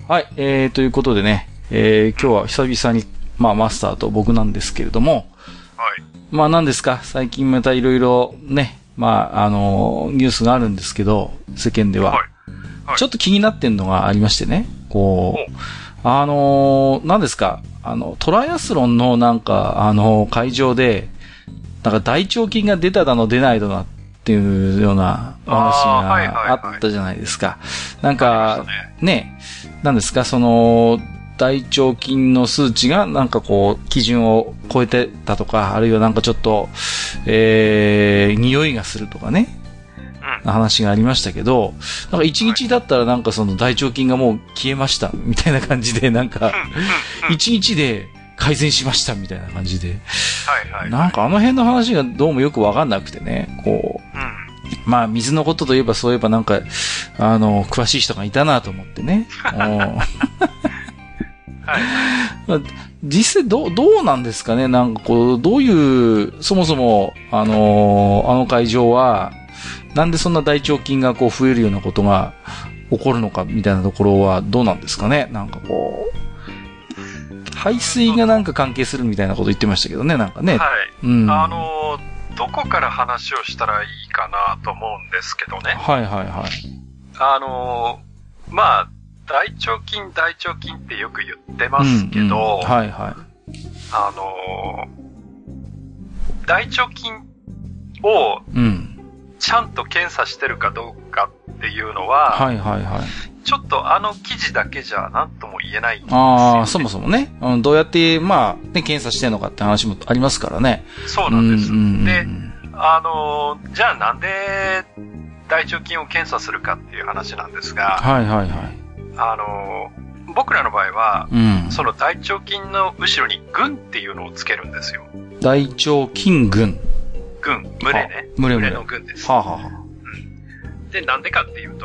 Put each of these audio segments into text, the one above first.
はい、ということでね、今日は久々に、まあ、マスターと僕なんですけれども、 はい。 まあ、何ですか、最近またいろいろね、まあ、ニュースがあるんですけど、世間では。 はい。 ちょっと気になってんのがありましてね、こう、何ですか、トライアスロンのなんか、会場で、なんか大腸菌が出ただの出ないだのっていうようなお話があったじゃないですか。なんか、ね、なんですか、大腸菌の数値がなんかこう、基準を超えてたとか、あるいはなんかちょっと、匂いがするとかね、話がありましたけど、なんか1日だったらなんかその大腸菌がもう消えました、みたいな感じで、なんか、1日で改善しました、みたいな感じで。なんかあの辺の話がどうもよくわかんなくてね、こう、まあ水のことといえばそういえばなんか、詳しい人がいたなと思ってね。実際どうなんですかね、なんかこう、どういう、そもそも、あの会場は、なんでそんな大腸菌がこう増えるようなことが起こるのかみたいなところはどうなんですかね、なんかこう、排水がなんか関係するみたいなこと言ってましたけどね、なんかね。 はい。どこから話をしたらいいかなと思うんですけどね。 はいはいはい。 まあ、大腸菌ってよく言ってますけど、 はいはい。 大腸菌を、ちゃんと検査してるかどうかっていうのは、 はいはいはい。 ちょっと記事だけじゃ何とも言えないんですよ、ね。 ああ、そもそもね、どうやって、まあ、ね、検査してんのかって話もありますからね。 そうなんです。で、じゃあなんで大腸菌を検査するかっていう話なんですが、 はいはいはい。 僕らの場合は、その大腸菌の後ろに群っていうのをつけるんですよ。 大腸菌群。 群、群れね。群れの群です。 はあ、はあ、 で、なんでかっていうと、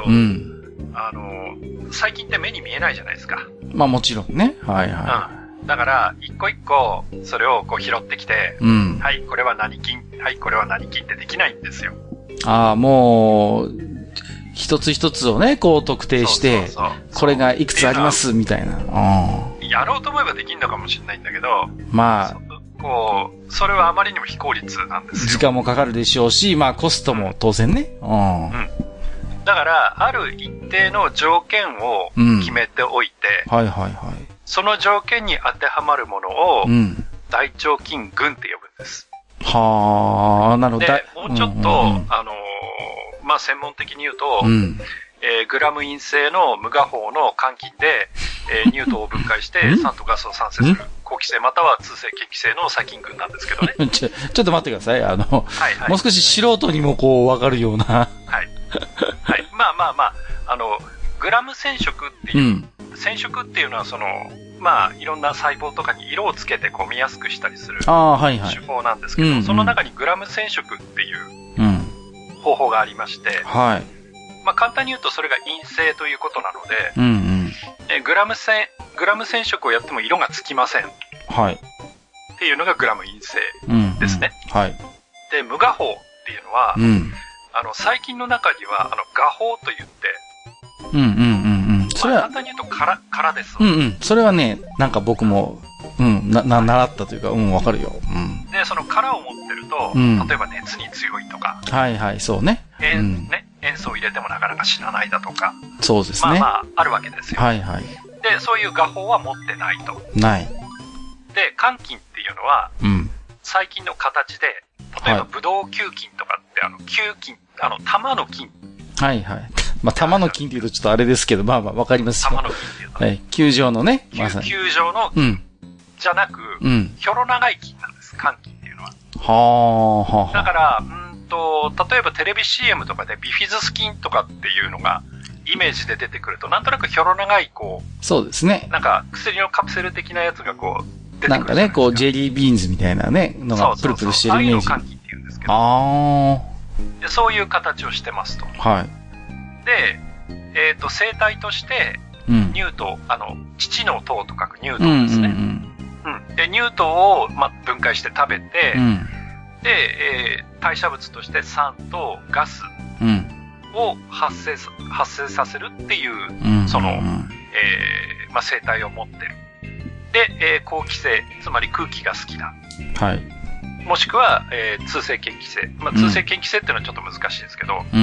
最近って目に見えないじゃないですか。まあもちろんね。はいはい。だから、一個一個、それをこう拾ってきて、はい、これは何菌、はい、これは何菌ってできないんですよ。 ああ、もう、一つ一つをね、こう特定して、これがいくつあります、みたいな。 やろうと思えばできるのかもしれないんだけど、 まあ、 こう、それはあまりにも非効率なんですよ。 時間もかかるでしょうし、まあコストも当然ね。 だから、ある一定の条件を決めておいて、 はいはいはい。 その条件に当てはまるものを、大腸菌群って呼ぶんです。 はあ、なるほど。 で、もうちょっと、まあ、専門的に言うと、グラム陰性の無芽胞の肝菌で、乳糖を分解して酸とガスを産生する好気性または通性嫌気性の細菌群なんですけどね。 ちょっと待ってください。もう少し素人にもこうわかるような。はい。 はい。まあ、グラム染色っていう、染色っていうのはまあ、いろんな細胞とかに色をつけてこう見やすくしたりする手法なんですけど、その中にグラム染色っていう方法がありまして、 はい。 まあ、簡単に言うとそれが陰性ということなので、グラム染色をやっても色がつきません。 はい。 っていうのがグラム陰性ですね。 はい。 で、無芽胞っていうのは、細菌の中には、芽胞と言って、それは、簡単に言うと殻です。 それはね、なんか僕も、習ったというか、わかるよ。 で、その殻を持ってると、例えば熱に強いとか、 はいはい、そうね。 塩素を入れてもなかなか死なないだとか、 そうですね。 まあ、あるわけですよ。 はいはい。 で、そういう芽胞は持ってないと。 ない。 で、肝菌っていうのは、細菌の形で、例えばブドウ球菌とかって、球菌、玉の菌。 はいはい。まあ、玉の菌って言うとちょっとあれですけど、まあまあわかりますよ。 玉の菌っていうと。 はい。球状のね。 球状の、じゃなく、ひょろ長い菌なんです、肝菌っていうのは。 はあ。 だから、例えばテレビ CM とかでビフィズス菌とかっていうのが、イメージで出てくると、なんとなくひょろ長い、こう。 そうですね。 なんか、薬のカプセル的なやつがこう、出てくる。 なんかね、こう、ジェリービーンズみたいなね、のがプルプルしてるイメージ。 そういうのを肝菌って言うんですけど。でそういう形をしてますと。 はい。 で、生態として、乳糖、父の糖と書く乳糖ですね。で、乳糖を、まあ、分解して食べて、で、代謝物として酸とガスを発生させるっていう、 まあ、生態を持ってる。で、好気性、つまり空気が好きだ。 はい。 もしくは、通性嫌気性。まあ、通性嫌気性っていうのはちょっと難しいですけど、 うんうん。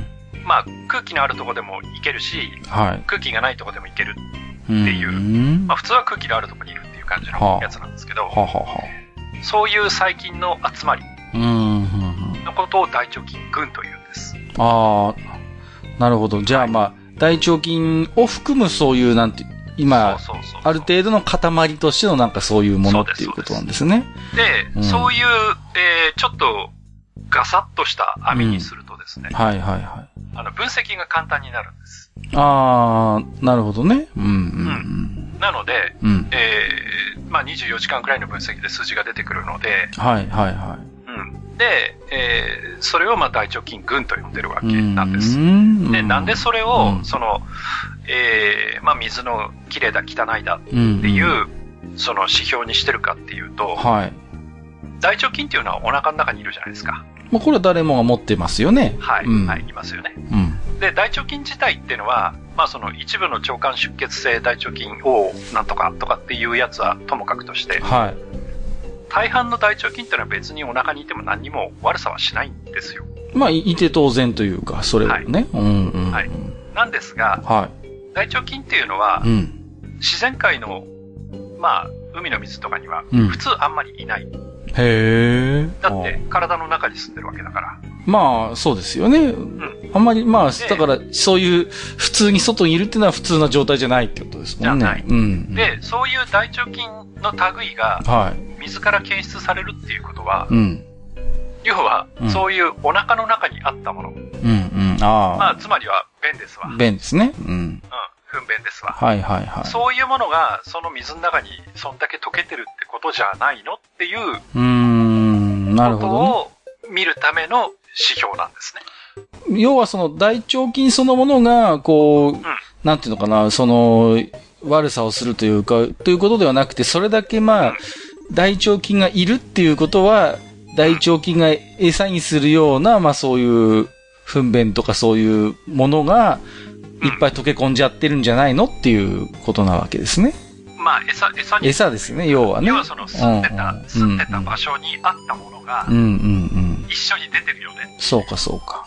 まあ、空気のあるとこでも行けるし、 はい。 空気がないとこでも行けるっていう、まあ、普通は空気のあるとこにいるっていう感じのやつなんですけど、そういう細菌の集まりのことを大腸菌群というんです。 ああ、なるほど。じゃあ、まあ、大腸菌を含むそういう、なんて、今、ある程度の塊としてのなんかそういうものっていうことなんですね。 で、そういう、ちょっとガサッとした網にするとですね。 はいはいはい。 分析が簡単になるんです。 ああ、なるほどね。 なので、まあ24時間くらいの分析で数字が出てくるので、 はいはいはい。 で、それをまあ大腸菌群と呼んでるわけなんです。で、なんでそれを、まあ水の綺麗だ、汚いだっていう、その指標にしてるかっていうと、大腸菌っていうのはお腹の中にいるじゃないですか。 これは誰もが持ってますよね。 はい、はい、いますよね。で、大腸菌自体っていうのは、まあその一部の腸管出血性大腸菌をなんとかとかっていうやつはともかくとして、大半の大腸菌っていうのは別にお腹にいても何にも悪さはしないんですよ。 まあ、いて当然というか、それはね。 はい。なんですが、大腸菌っていうのは、自然界の、まあ、海の水とかには、普通あんまりいない。 へー。 だって、体の中に住んでるわけだから。 まあ、そうですよね。あんまり、まあ、だから、そういう、普通に外にいるっていうのは普通な状態じゃないってことですもんね。じゃない。で、そういう大腸菌の類が、水から検出されるっていうことは、要は、そういうお腹の中にあったもの。まあ、つまりは、便ですわ。 便ですね。 糞便ですわ。 はいはいはい。 そういうものが、その水の中にそんだけ溶けてるってことじゃないのっていう、 なるほど、 ことを見るための指標なんですね。要はその大腸菌そのものが、こう、なんていうのかな、その、悪さをするというか、ということではなくて、それだけまあ、大腸菌がいるっていうことは、大腸菌が餌にするような、まあそういう糞便とかそういうものがいっぱい溶け込んじゃってるんじゃないのっていうことなわけですね。 まあ餌ですね、要はね。 要はその住んでた場所にあったものが、一緒に出てるよね。 そうかそうか。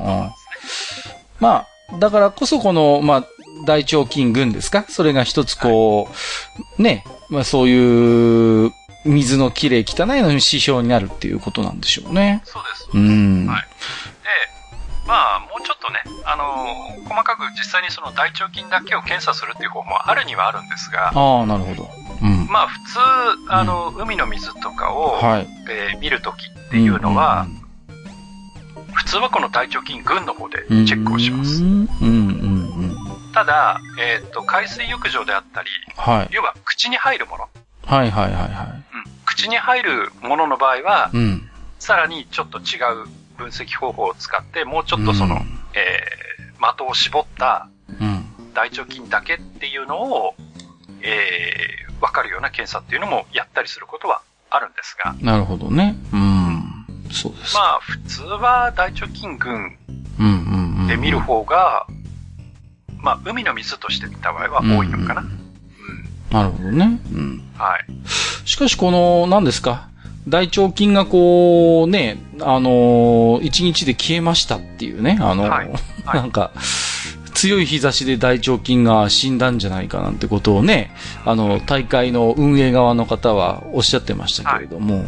まあ、だからこそこの、まあ、大腸菌群ですか？それが一つこう、ね、まあそういう、水のきれい汚いの指標になるっていうことなんでしょうね。 そうです。はい。で、まあ、もうちょっとね、細かく実際にその大腸菌だけを検査するっていう方もあるにはあるんですが。 ああ、なるほど。 まあ、普通、海の水とかを、見るときっていうのは、普通はこの大腸菌群の方でチェックをします。ただ、海水浴場であったり、要は口に入るもの。口に入るものの場合は、さらにちょっと違う分析方法を使って、もうちょっとその、的を絞った、大腸菌だけっていうのを、わかるような検査っていうのもやったりすることはあるんですが。 なるほどね。そうです。 まあ、普通は大腸菌群で見る方が、まあ、海の水として見た場合は多いのかな。 なるほどね。 はい。 しかしこの、何ですか、大腸菌がこう、ね、一日で消えましたっていうね、なんか、強い日差しで大腸菌が死んだんじゃないかなんてことをね、大会の運営側の方はおっしゃってましたけれども。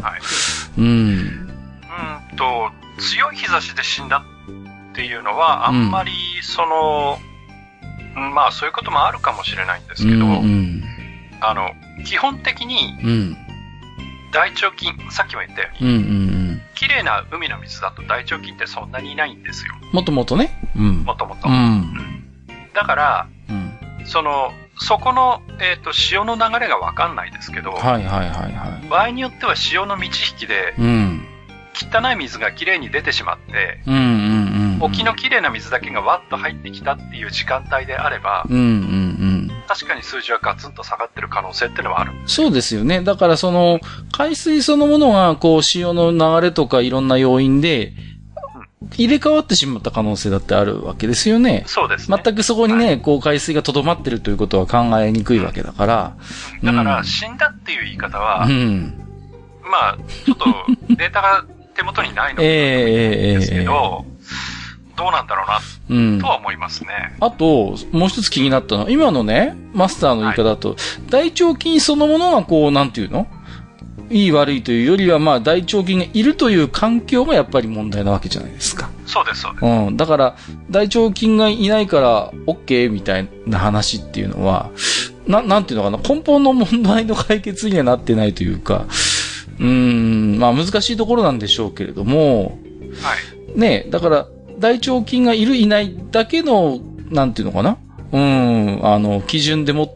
強い日差しで死んだっていうのは、あんまり、まあそういうこともあるかもしれないんですけど、基本的に、大腸菌、さっきも言ったように、綺麗な海の水だと大腸菌ってそんなにいないんですよ。 もともとね。 もともと。だから、そこの、潮の流れがわかんないですけど、場合によっては潮の満ち引きで、汚い水がきれいに出てしまって、沖のきれいな水だけがわっと入ってきたっていう時間帯であれば、確かに数字はガツンと下がってる可能性っていうのはある。 そうですよね。だから海水そのものが、こう、潮の流れとかいろんな要因で、 入れ替わってしまった可能性だってあるわけですよね。 そうですね。 全くそこにね、こう海水が留まってるということは考えにくいわけだから。 だから、死んだっていう言い方は、まあ、ちょっとデータが手元にないのですけど、どうなんだろうな、とは思いますね。 あと、もう一つ気になったのは、今のね、マスターの言い方だと、大腸菌そのものがこう、なんていうの？いい悪いというよりは、まあ、大腸菌がいるという環境がやっぱり問題なわけじゃないですか。 そうです、そうです。 だから、大腸菌がいないから、OK みたいな話っていうのは、なんていうのかな、根本の問題の解決にはなってないというか、まあ、難しいところなんでしょうけれども、 はい。 ね、だから、大腸菌がいるいないだけの、なんていうのかな？基準でもって、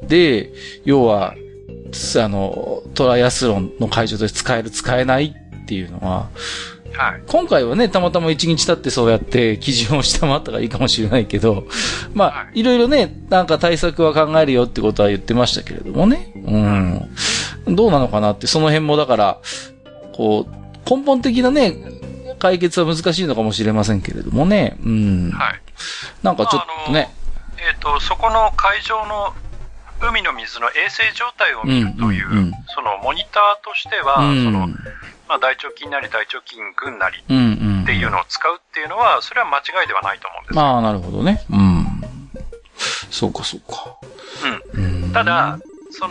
要は、トライアスロンの会場で使える使えないっていうのは、 はい。 今回はね、たまたま1日経ってそうやって基準を下回ったからいいかもしれないけど、まあ、いろいろね、なんか対策は考えるよってことは言ってましたけれどもね。どうなのかなって、その辺もだから、こう、根本的なね、解決は難しいのかもしれませんけれどもね。 はい。 なんかちょっとね。 そこの会場の海の水の衛生状態を見るという、そのモニターとしては、まあ、大腸菌なり大腸菌群なりっていうのを使うっていうのは、それは間違いではないと思うんですよ。 まあ、なるほどね。そうか、そうか。 ただ、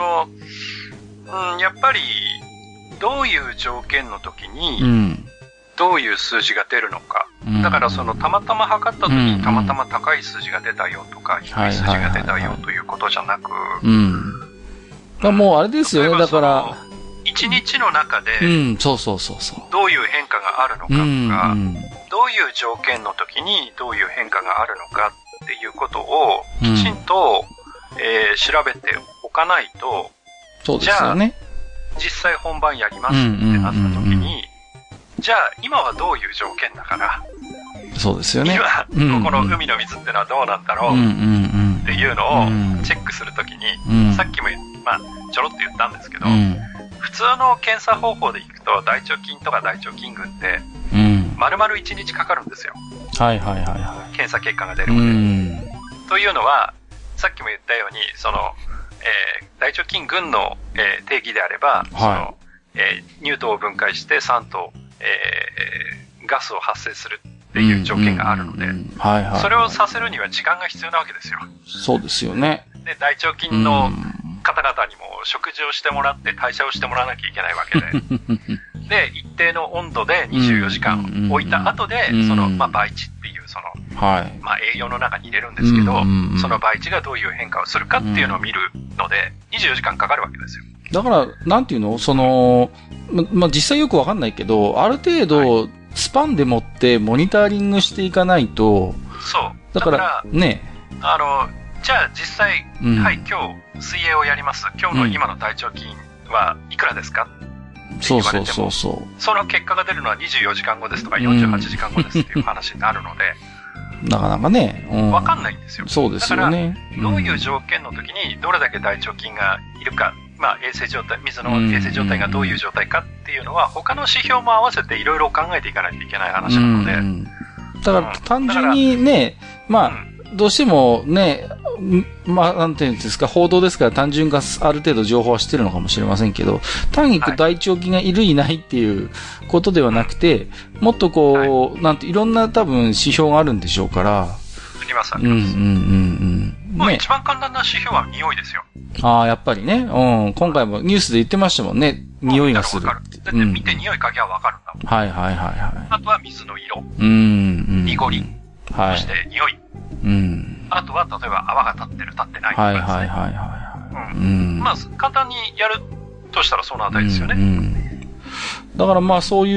やっぱり、どういう条件の時に、どういう数字が出るのか。だからたまたま測った時にたまたま高い数字が出たよとか、低い数字が出たよということじゃなく、 もうあれですよね、だから。 一日の中で、 そう。 どういう変化があるのかとか、どういう条件の時にどういう変化があるのかっていうことをきちんと、調べておかないと、 そうですよね。 じゃあ、実際本番やりますってなった時に、じゃあ、今はどういう条件だから、 そうですよね。 今、この海の水ってのはどうなんだろうっていうのをチェックするときに、さっきも、まあ、ちょろっと言ったんですけど、普通の検査方法でいくと、大腸菌とか大腸菌群って、丸々1日かかるんですよ。検査結果が出るまで。というのは、さっきも言ったように、大腸菌群の、定義であれば、乳糖を分解して酸と、ガスを発生するっていう条件があるので、それをさせるには時間が必要なわけですよ。 そうですよね。 で、大腸菌の方々にも食事をしてもらって代謝をしてもらわなきゃいけないわけで、で、一定の温度で24時間置いた後で、まあ、培地っていうまあ、栄養の中に入れるんですけど、その培地がどういう変化をするかっていうのを見るので、24時間かかるわけですよ。 だから、なんていうのまあ、実際よくわかんないけど、ある程度、スパンでもってモニタリングしていかないと、 そう。 だから、ね。 じゃあ実際、はい、今日、水泳をやります。今日の今の大腸菌はいくらですかって言われても、その結果が出るのは24時間後ですとか48時間後ですっていう話になるので、 なかなかね、 わかんないんですよ。 そうですよね。 だから、どういう条件の時にどれだけ大腸菌がいるか、まあ、衛生状態、水の衛生状態がどういう状態かっていうのは、他の指標も合わせていろいろ考えていかないといけない話なので。 だから、単純にね、まあ、どうしてもね、まあ、なんていうんですか、報道ですから単純化ある程度情報は知ってるのかもしれませんけど、単に大腸菌がいるいないっていうことではなくて、もっとこう、なんていろんな多分指標があるんでしょうから。 あります、あります。もう一番簡単な指標は匂いですよ。 ああ、やっぱりね。今回もニュースで言ってましたもんね。匂いがするって。 だって見て匂い嗅ぎはわかるんだもん。あとは水の色。濁り。そして匂い。あとは、例えば泡が立ってる、立ってないとかですね。まあ、簡単にやるとしたらそのあたりですよね。 だからまあそういう、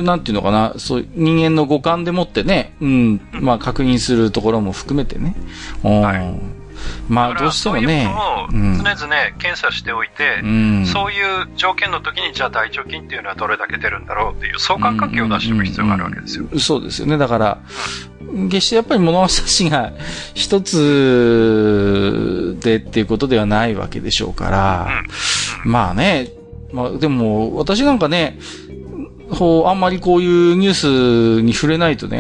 なんていうのかな、そういう人間の五感でもってね、まあ確認するところも含めてね。まあどうしてもね。 そういうのを常々検査しておいて、そういう条件の時にじゃあ大腸菌っていうのはどれだけ出るんだろうっていう相関関係を出しておく必要があるわけですよ。 そうですよね。だから、決してやっぱり物差しが一つでっていうことではないわけでしょうから、まあね、まあでも私なんかね、あんまりこういうニュースに触れないとね、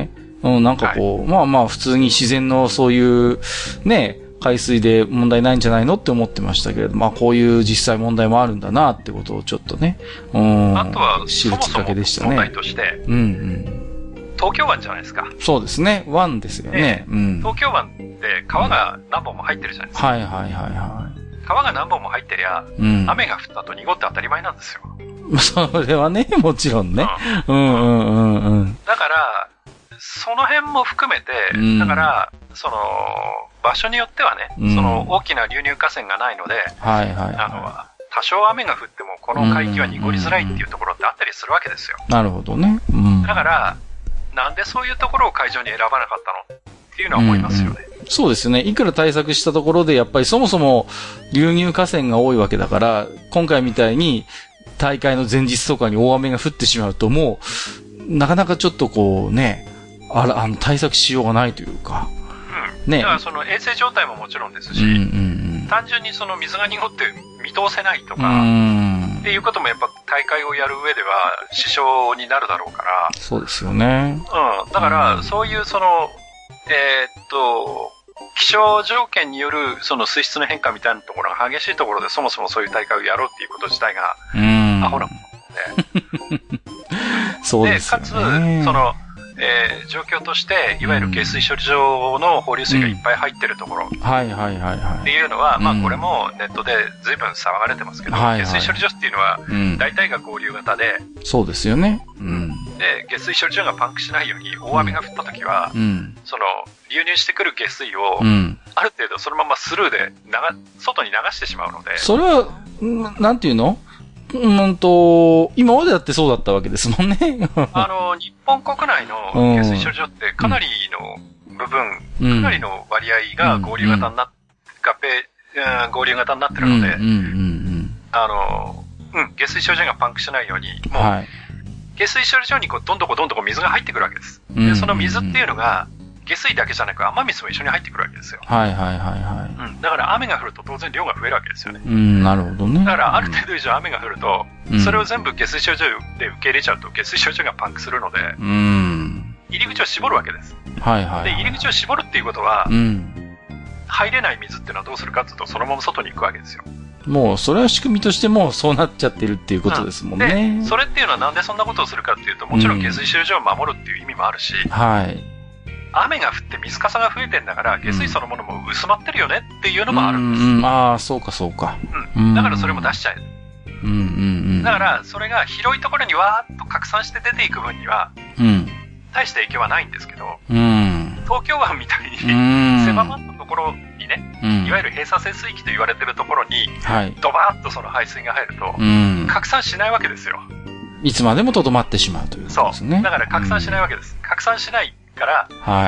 なんかこう、まあまあ普通に自然のそういう、ね、海水で問題ないんじゃないのって思ってましたけれど、まあこういう実際問題もあるんだなってことをちょっとね、 あとは、 知るきっかけでしたね。 問題として、東京湾じゃないですか。 そうですね。湾ですよね。 東京湾って川が何本も入ってるじゃないですか。 はいはいはいはい。 川が何本も入ってりゃ、雨が降った後濁って当たり前なんですよ。 それはね、もちろんね。だから、 その辺も含めて、だから、場所によってはね、大きな流入河川がないので、多少雨が降ってもこの海域は濁りづらいっていうところってあったりするわけですよ。 なるほどね。 だから、なんでそういうところを会場に選ばなかったのっていうのは思いますよね。 そうですね。いくら対策したところで、やっぱりそもそも流入河川が多いわけだから、今回みたいに大会の前日とかに大雨が降ってしまうと、もう、なかなかちょっとこうね、対策しようがないというか。 ね。だからその衛生状態ももちろんですし、単純にその水が濁って見通せないとか、っていうこともやっぱ大会をやる上では支障になるだろうから。 そうですよね。 だからそういう気象条件によるその水質の変化みたいなところが激しいところでそもそもそういう大会をやろうっていうこと自体が、アホなもので。 そうですよね。 で、かつ、状況として、いわゆる下水処理場の放流水がいっぱい入ってるところ。っていうのは、まあこれもネットで随分騒がれてますけど、下水処理場っていうのは、大体が合流型で。 そうですよね。 で、下水処理場がパンクしないように、大雨が降った時は、その、流入してくる下水を、ある程度そのままスルーで外に流してしまうので。 それは、なんていうの？今までだってそうだったわけですもんね。 日本国内の下水処理場ってかなりの部分、かなりの割合が合流型になってるので、下水処理場がパンクしないように、もう、下水処理場にどんどこ水が入ってくるわけです。で、その水っていうのが、下水だけじゃなく雨水も一緒に入ってくるわけですよ。だから雨が降ると当然量が増えるわけですよね。 なるほどね。 だからある程度以上雨が降ると、それを全部下水処理場で受け入れちゃうと下水処理場がパンクするので、入り口を絞るわけです。で、入り口を絞るっていうことは、入れない水っていうのはどうするかっていうと、そのまま外に行くわけですよ。 もう、それは仕組みとしてもそうなっちゃってるっていうことですもんね。 で、それっていうのはなんでそんなことをするかっていうと、もちろん下水処理場を守るっていう意味もあるし、雨が降って水かさが増えてんだから、下水そのものも薄まってるよねっていうのもあるんです。 ああ、そうかそうか。 だからそれも出しちゃえ。だから、それが広いところにわーっと拡散して出ていく分には、大した影響はないんですけど、東京湾みたいに狭まったところにね、いわゆる閉鎖性水域と言われてるところに、ドバーッとその排水が入ると、拡散しないわけですよ。 いつまでも留まってしまうということですね。 そう。だから拡散しないわけです。拡散しないから、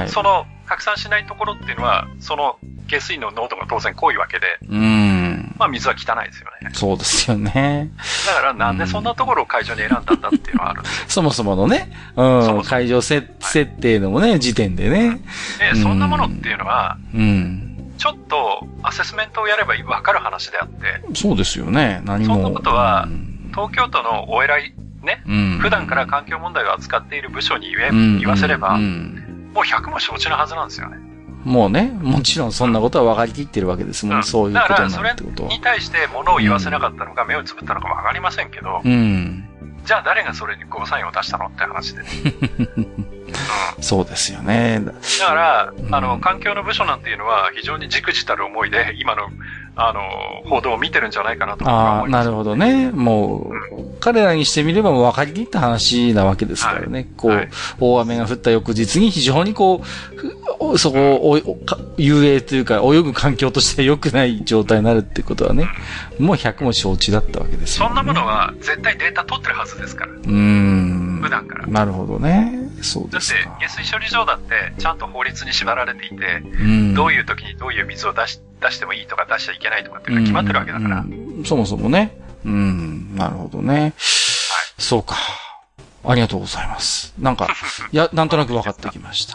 その拡散しないところっていうのは、その下水の濃度が当然濃いわけで、まあ水は汚いですよね。 そうですよね。 だからなんでそんなところを会場に選んだんだっていうのはあるんです。 そもそものね、会場設定のもね、時点でね。 そんなものっていうのは、ちょっとアセスメントをやればわかる話であって。 そうですよね。何も。 そんなことは、東京都のお偉いね、普段から環境問題を扱っている部署に言わせれば、もう100も承知のはずなんですよね。 もうね、もちろんそんなことは分かりきってるわけですもん、そういうことになるってことは。 それに対して物を言わせなかったのか、目をつぶったのか分かりませんけど、じゃあ誰がそれにゴーサインを出したのって話でね。 そうですよね。 だから、環境の部署なんていうのは非常に忸怩たる思いで、今の、報道を見てるんじゃないかなと思います。 なるほどね。もう、彼らにしてみれば分かりきった話なわけですからね。大雨が降った翌日に非常にそこを、遊泳というか、泳ぐ環境として良くない状態になるってことはね、もう100も承知だったわけですよね。 そんなものは絶対データ取ってるはずですから。普段から。 なるほどね。そうですか。 だって、下水処理場だって、ちゃんと法律に縛られていて、どういう時にどういう水を出してもいいとか出しちゃいけないとかっていうのが決まってるわけだから。 そもそもね。なるほどね。そうか。ありがとうございます。なんか、なんとなく分かってきました。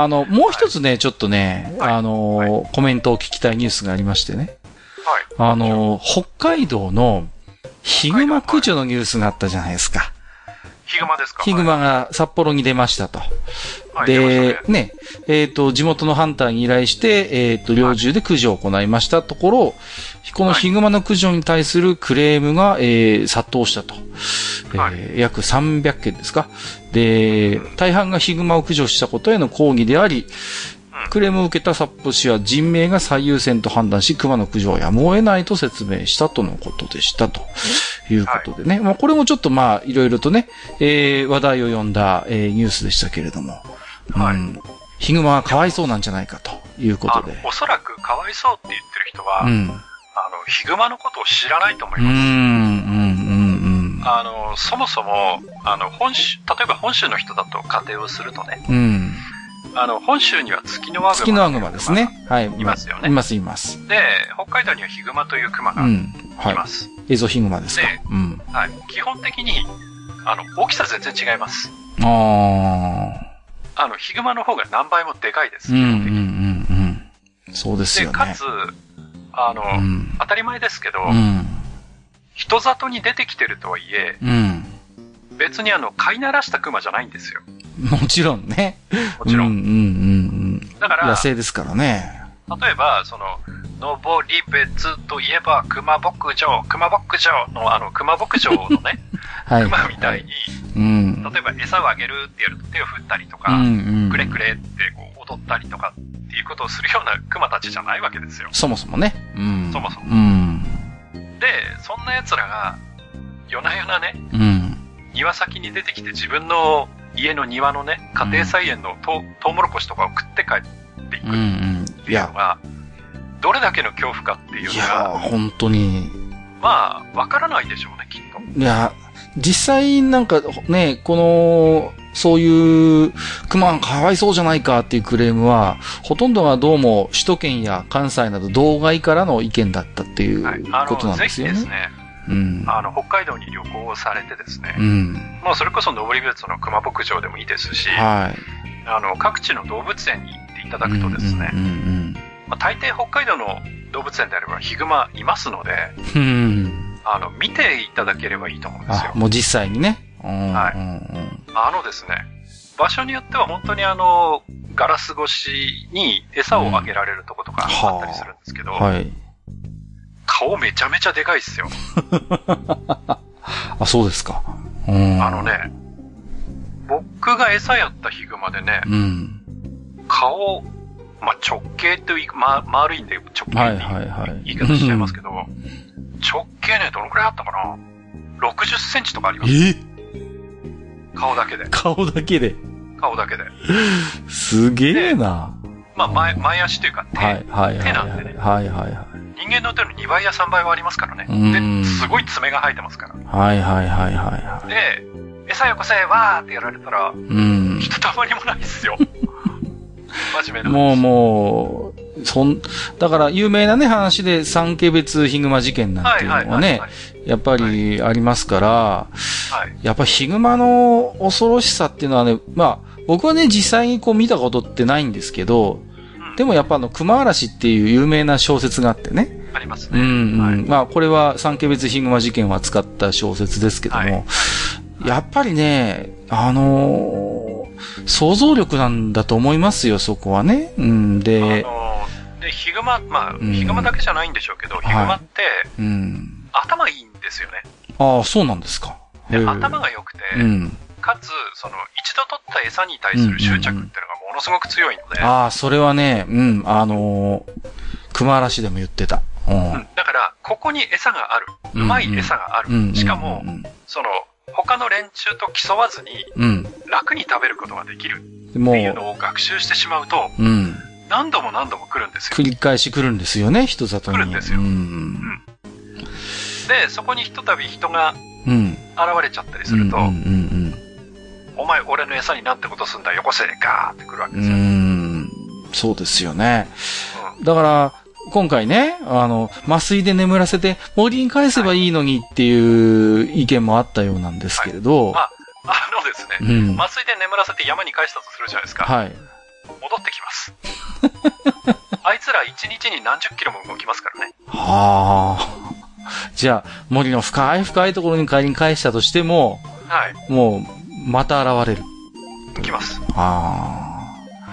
もう一つね、ちょっとね、コメントを聞きたいニュースがありましてね。北海道のヒグマ駆除のニュースがあったじゃないですか。 ヒグマですか？ ヒグマが札幌に出ましたと。 で、ね、地元のハンターに依頼して、猟銃で駆除を行いましたところ、このヒグマの駆除に対するクレームが、殺到したと。約300件ですか。で、大半がヒグマを駆除したことへの抗議であり、クレームを受けた札幌市は人命が最優先と判断し、熊の駆除はやむを得ないと説明したとのことでしたということでね。まあこれもちょっとまあいろいろとね、話題を呼んだ、ニュースでしたけれども、ヒグマはかわいそうなんじゃないかということで。 おそらくかわいそうって言ってる人は、ヒグマのことを知らないと思います。そもそも、例えば本州の人だと仮定をするとね、本州にはツキノワグマ。 ツキノワグマですね。はい。 いますよね。 います、います。 で、北海道にはヒグマというクマがいます。 エゾヒグマですか。 はい。基本的に、大きさ全然違います。ヒグマの方が何倍もでかいです。 そうですよね。 で、かつ、当たり前ですけど、人里に出てきてるとはいえ、別に飼いならしたクマじゃないんですよ。 もちろんね。 もちろん。だから、 野生ですからね。 例えば、登別といえば、熊牧場の熊牧場のね、熊みたいに、例えば餌をあげるってやると手を振ったりとか、くれくれってこう踊ったりとかっていうことをするような熊たちじゃないわけですよ。 そもそもね。 そもそも。で、そんな奴らが、夜な夜なね、庭先に出てきて自分の家の庭のね、家庭菜園のトウモロコシとかを食って帰っていくっていうのが、どれだけの恐怖かっていうのが、いや、 本当に。 まあ、わからないでしょうね、きっと。 いや、実際なんかね、そういう熊がかわいそうじゃないかっていうクレームは、ほとんどがどうも首都圏や関西など道外からの意見だったっていうことなんですよね。 ぜひですね、北海道に旅行をされてですね、もうそれこそ登別の熊牧場でもいいですし、各地の動物園に行っていただくとですね、大抵北海道の動物園であればヒグマいますので、見ていただければいいと思うんですよ。 もう実際にね。 ですね、場所によっては本当にガラス越しに餌をあげられるとことかあったりするんですけど、顔めちゃめちゃでかいっすよ。 あ、そうですか。 僕が餌やったヒグマでね、顔、直径という、丸いんで直径って言い方しちゃいますけど、直径ね、どのくらいあったかな ?60 センチとかあります。顔だけで。 顔だけで。すげえな。 前足というか手なんでね。人間の手の2倍や3倍はありますからね。で、すごい爪が生えてますから。で、餌よこせわーってやられたら、ひとたまりもないっすよ。真面目な話。 もう、だから有名なね話で三毛別ヒグマ事件なんていうのはね、やっぱりありますから、やっぱヒグマの恐ろしさっていうのはね、僕はね実際に見たことってないんですけど、でもやっぱ熊嵐っていう有名な小説があってね。 ありますね。 これは三毛別ヒグマ事件を扱った小説ですけども、やっぱりね、想像力なんだと思いますよ、そこはね。で、 ヒグマ、ヒグマだけじゃないんでしょうけど、ヒグマって、頭いいんですよね。 ああ、そうなんですか。 頭が良くて、かつ、一度取った餌に対する執着っていうのがものすごく強いので。 ああ、それはね、熊嵐でも言ってた。 だから、ここに餌がある。うまい餌がある。しかも、他の連中と競わずに、楽に食べることができるっていうのを学習してしまうと、何度も何度も来るんですよ。 繰り返し来るんですよね、人里に。 来るんですよ。で、そこにひとたび人が現れちゃったりすると、お前俺の餌になんてことすんだよこせガーって来るわけですよ。 そうですよね。だから、今回ね、麻酔で眠らせて森に返せばいいのにっていう意見もあったようなんですけれど。 ですね、麻酔で眠らせて山に返したとするじゃないですか。戻ってきます。あいつら1日に何十キロも動きますからね。 じゃあ、森の深い深いところに仮に返したとしても、もう、また現れる。 来ます。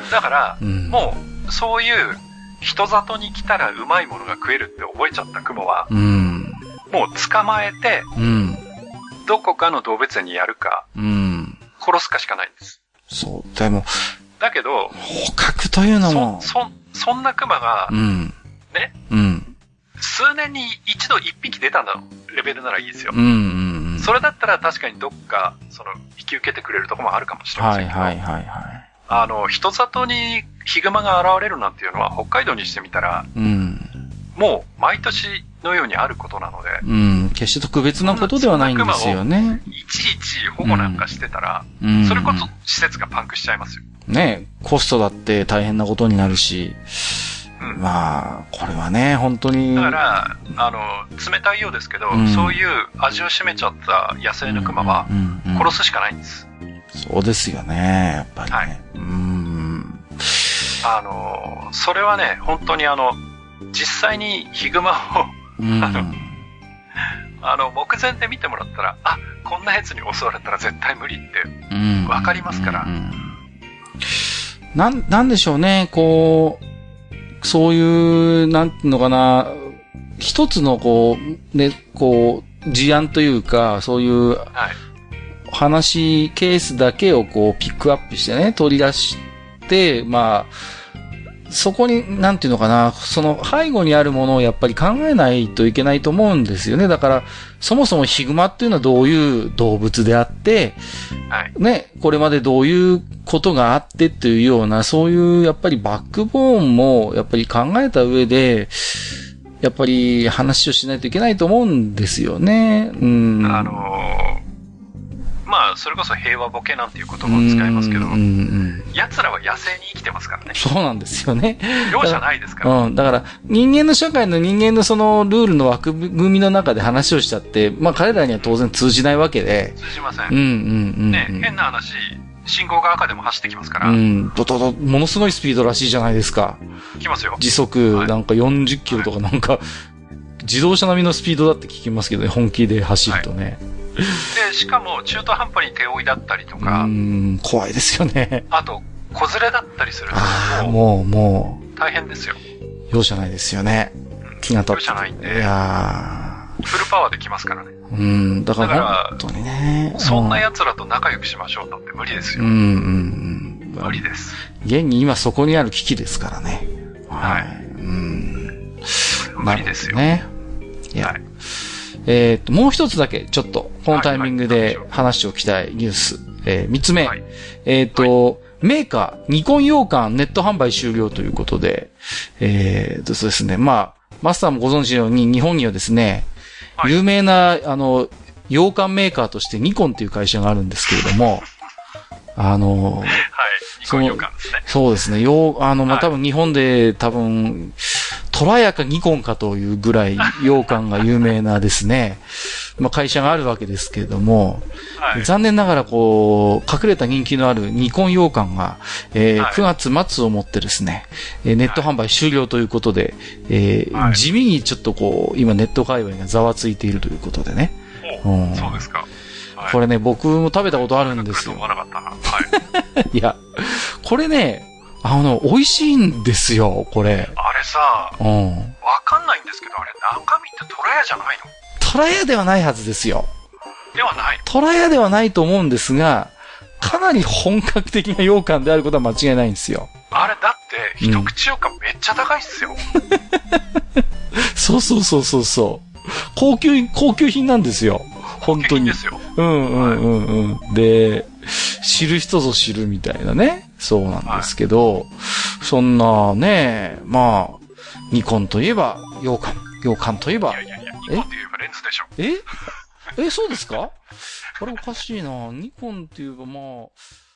だから、もう、そういう人里に来たらうまいものが食えるって覚えちゃったクモは、もう捕まえて、どこかの動物園にやるか、殺すかしかないんです。 そう、でも、 だけど、 捕獲というのも、 そんなクマが、ね、数年に一度一匹出たのレベルならいいですよ。それだったら確かにどっか、引き受けてくれるとこもあるかもしれませんけど、人里にヒグマが現れるなんていうのは北海道にしてみたら、もう毎年のようにあることなので、 決して特別なことではないんですよね。 いちいち保護なんかしてたら、それこそ施設がパンクしちゃいますよ。 ね、コストだって大変なことになるし、まあ、これはね、本当に。 だから、冷たいようですけど、そういう味を占めちゃった野生のクマは、殺すしかないんです。 そうですよね、やっぱりね。 それはね、本当に実際にヒグマを、目前で見てもらったら、あ、こんなやつに襲われたら絶対無理って、わかりますから。 なんでしょうね、こう、そういう、なんていうのかな、一つの事案というか、そういう、話、ケースだけをピックアップしてね、取り出して、まあ、そこに、なんていうのかな、その背後にあるものをやっぱり考えないといけないと思うんですよね。だから、そもそもヒグマっていうのはどういう動物であって、ね、これまでどういうことがあってっていうような、そういうやっぱりバックボーンもやっぱり考えた上で、やっぱり話をしないといけないと思うんですよね。 まあ、それこそ平和ボケなんていう言葉を使いますけど、奴らは野生に生きてますからね。 そうなんですよね。 容赦ないですから。 だから、人間の社会の人間のそのルールの枠組みの中で話をしたって、まあ彼らには当然通じないわけで。 通じません。ね、変な話、信号が赤でも走ってきますから。ものすごいスピードらしいじゃないですか。 来ますよ。 時速なんか40キロとかなんか、自動車並みのスピードだって聞きますけどね、本気で走るとね。 で、しかも中途半端に手負いだったりとか。 怖いですよね。 あと、子連れだったりすると。もう。大変ですよ。 容赦ないですよね。気が立って。 容赦ないんで。 いやフルパワーで来ますからね。 だから本当にね。 そんな奴らと仲良くしましょうなんて無理ですよ。無理です。 現に今そこにある危機ですからね。 はい。無理ですよ。 ね。いや。もう一つだけ、ちょっと、このタイミングで話しておきたいニュース。三つ目。メーカー、ニコン羊羹ネット販売終了ということで、そうですね、まあ、マスターもご存知のように、日本にはですね、有名な、羊羹メーカーとしてニコンという会社があるんですけれども、 はい、ニコン羊羹ですね。 そうですね、多分日本でトラヤかニコンかというぐらい羊羹が有名なですね、まあ会社があるわけですけれども、残念ながら隠れた人気のあるニコン羊羹が、9月末をもってですね、ネット販売終了ということで、地味にちょっと今ネット界隈がざわついているということでね。 そうですか。 これね、僕も食べたことあるんですよ。いや、これね、美味しいんですよ、これ。 あれさ、わかんないんですけど、あれ、中身ってトラヤじゃないの？ トラヤではないはずですよ。 ではない。 トラヤではないと思うんですが、かなり本格的な羊羹であることは間違いないんですよ。 あれ、だって、一口羊羹めっちゃ高いっすよ。 そう。高級品なんですよ。本当に。 ですよ。 で、知る人ぞ知るみたいなね。そうなんですけど、そんなね、まあ、ニコンといえば羊羹といえば。 ニコンといえばレンズでしょ。 そうですか？あれおかしいな。ニコンって言えばまあ、